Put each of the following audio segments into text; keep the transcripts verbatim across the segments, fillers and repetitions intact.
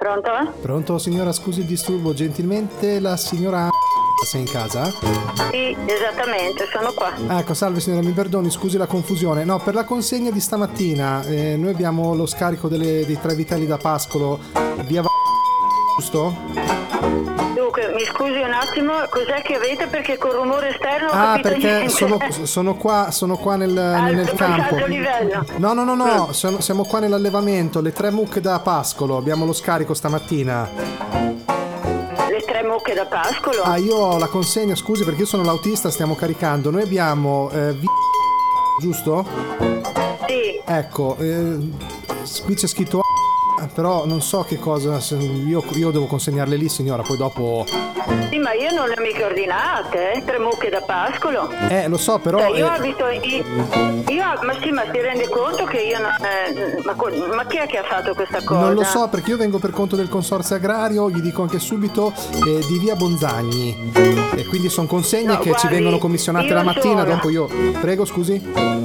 Pronto? Pronto signora, scusi il disturbo, gentilmente la signora sei in casa? Sì, esattamente, sono qua. Ecco, salve signora, mi perdoni, scusi la confusione. No, per la consegna di stamattina eh, noi abbiamo lo scarico delle, dei tre vitelli da pascolo via Va- giusto? Dunque, mi scusi un attimo, cos'è che avete? Perché col rumore esterno non ho Ah, capito perché niente. sono, sono qua, sono qua nel, nel Alto, campo. alto livello. No, no, no, no, sono- siamo qua nell'allevamento, le tre mucche da pascolo, abbiamo lo scarico stamattina. Le tre mucche da pascolo? Ah, io ho la consegna, scusi perché io sono l'autista, stiamo caricando. Noi abbiamo eh, vi- giusto? Sì. Ecco, eh, qui c'è scritto A, però non so che cosa, se- io, io devo consegnarle lì signora, poi dopo... Sì, ma io non le ho mica ordinate, eh? Tre mucche da pascolo. Eh, lo so, però... Cioè, io eh, abito in... Io, ma sì, ma ti rendi conto che io non... eh, ma, co- ma chi è che ha fatto questa cosa? non lo so perché io vengo per conto del consorzio agrario, gli dico anche subito eh, di via Bonzagni. E quindi sono consegne No, che guardi, ci vengono commissionate io la mattina, sono- dopo io... Prego, scusi?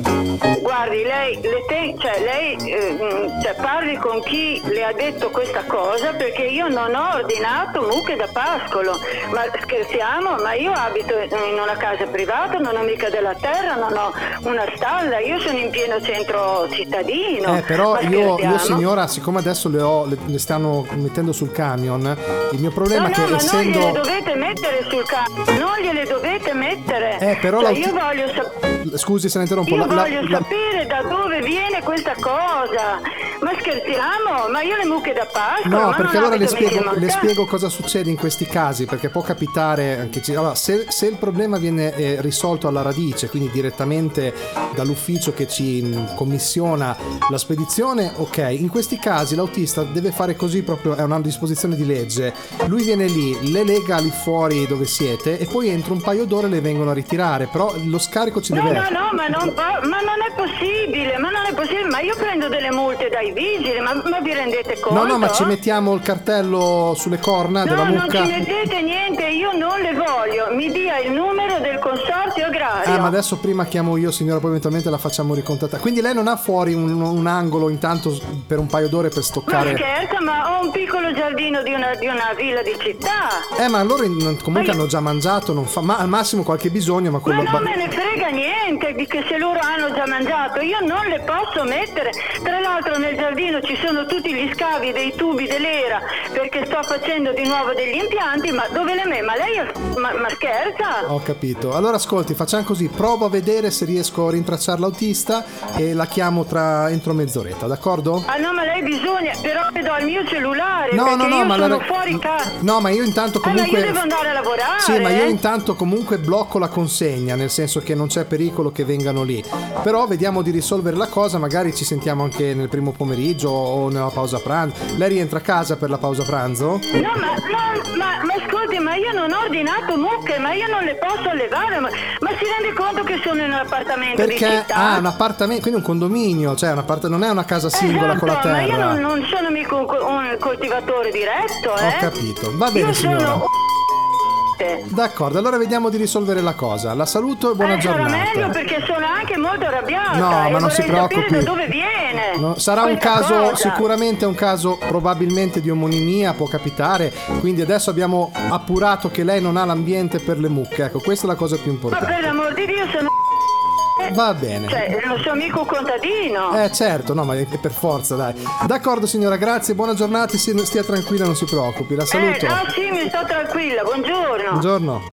Guardi, lei, le te- cioè, lei eh, mh, cioè, parli con chi le ha detto questa cosa perché io non ho ordinato mucche da pascolo. Ma scherziamo? Ma io abito in una casa privata, non ho mica della terra, non ho una stalla, io sono in pieno centro cittadino. Eh, però Ma io, scherziamo? io signora, siccome adesso le, ho, le, le stanno mettendo sul camion, il mio problema No, è no, che ma essendo... non gliele dovete mettere sul campo, non gliele dovete mettere. Eh, però Cioè, l'auti- io voglio sapere... Scusi se la interrompo. Io la- la- voglio la- sapere da dove viene questa cosa. Ma scherziamo? Ma io le mucche da pascolo? No, ma perché non allora le abito mica in spiego, le montagna. spiego cosa succede in questi casi, perché può capitare anche... ci- Allora, se, se il problema viene eh, risolto alla radice, quindi direttamente dall'ufficio che ci mh, commissiona la spedizione, ok. In questi casi l'autista deve fare così, proprio è una disposizione di legge. Lui viene lì, le lega lì fuori dove siete e poi entro un paio d'ore le vengono a ritirare, però lo scarico ci No, deve no, essere. no, ma non, po- ma non è possibile, ma non è possibile, ma io prendo delle multe dai vigili, ma, ma vi rendete conto? No, no, ma ci mettiamo il cartello sulle corna della No, non mucca. ci mettete niente, io non le voglio, mi dia il numero del consorzio agrario. Ah, ma adesso prima chiamo io, signora, poi eventualmente la facciamo ricontattare. Quindi lei non ha fuori un, un angolo intanto per un paio d'ore per Ma stoccare... scherza, ma ho un piccolo giardino di una, di una villa di città. Eh, ma loro in- comunque Ma io- hanno già mangiato, non fa... ma al massimo qualche bisogno, ma Ma quello... non me ne frega niente di che se loro hanno già mangiato, io non le posso mettere. Tra l'altro nel giardino ci sono tutti gli scavi dei tubi dell'era perché sto facendo di nuovo degli impianti, ma dove le me? Ma lei è- ma, ma scherza? Ho capito. Allora ascolti, facciamo così, provo a vedere se riesco a rintracciare l'autista e la chiamo tra entro mezz'oretta, d'accordo? Ah no, ma lei bisogna, però le do il mio cellulare No, perché no, no, io ma sono la... fuori casa. No, ma io intanto Eh, ma comunque... io devo andare a lavorare. Sì, ma io eh. intanto comunque blocco la consegna, nel senso che non c'è pericolo che vengano lì. Però vediamo di risolvere la cosa, magari ci sentiamo anche nel primo pomeriggio o nella pausa pranzo. Lei rientra a casa per la pausa pranzo? No, ma, no, ma, ma ascolti, ma io non ho ordinato mucche, ma io non le posso allevare, ma, ma si rende conto che sono in un appartamento di Perché città? ah, un appartamento, quindi un condominio, cioè un appart- non è una casa singola Esatto, con la terra. ma io non, non sono mica un, co- un coltivatore diretto, eh? Ho capito. Va bene, io signora. sono un D'accordo, allora vediamo di risolvere la cosa. La saluto e buona eh, sarà giornata. meglio perché sono anche molto arrabbiata. No, e ma non si vorrei sapere preoccupi. da dove viene. No, sarà un questa caso, cosa. sicuramente un caso probabilmente di omonimia, può capitare. Quindi adesso abbiamo appurato che lei non ha l'ambiente per le mucche. Ecco, questa è la cosa più Ma importante. per l'amor di Dio sono Va bene. cioè, non sono mica un contadino. Eh certo, no, ma è per forza, dai. D'accordo signora, grazie, buona giornata, si- stia tranquilla, non si preoccupi. La saluto. Eh, ah sì, mi sto tranquilla, buongiorno. Buongiorno.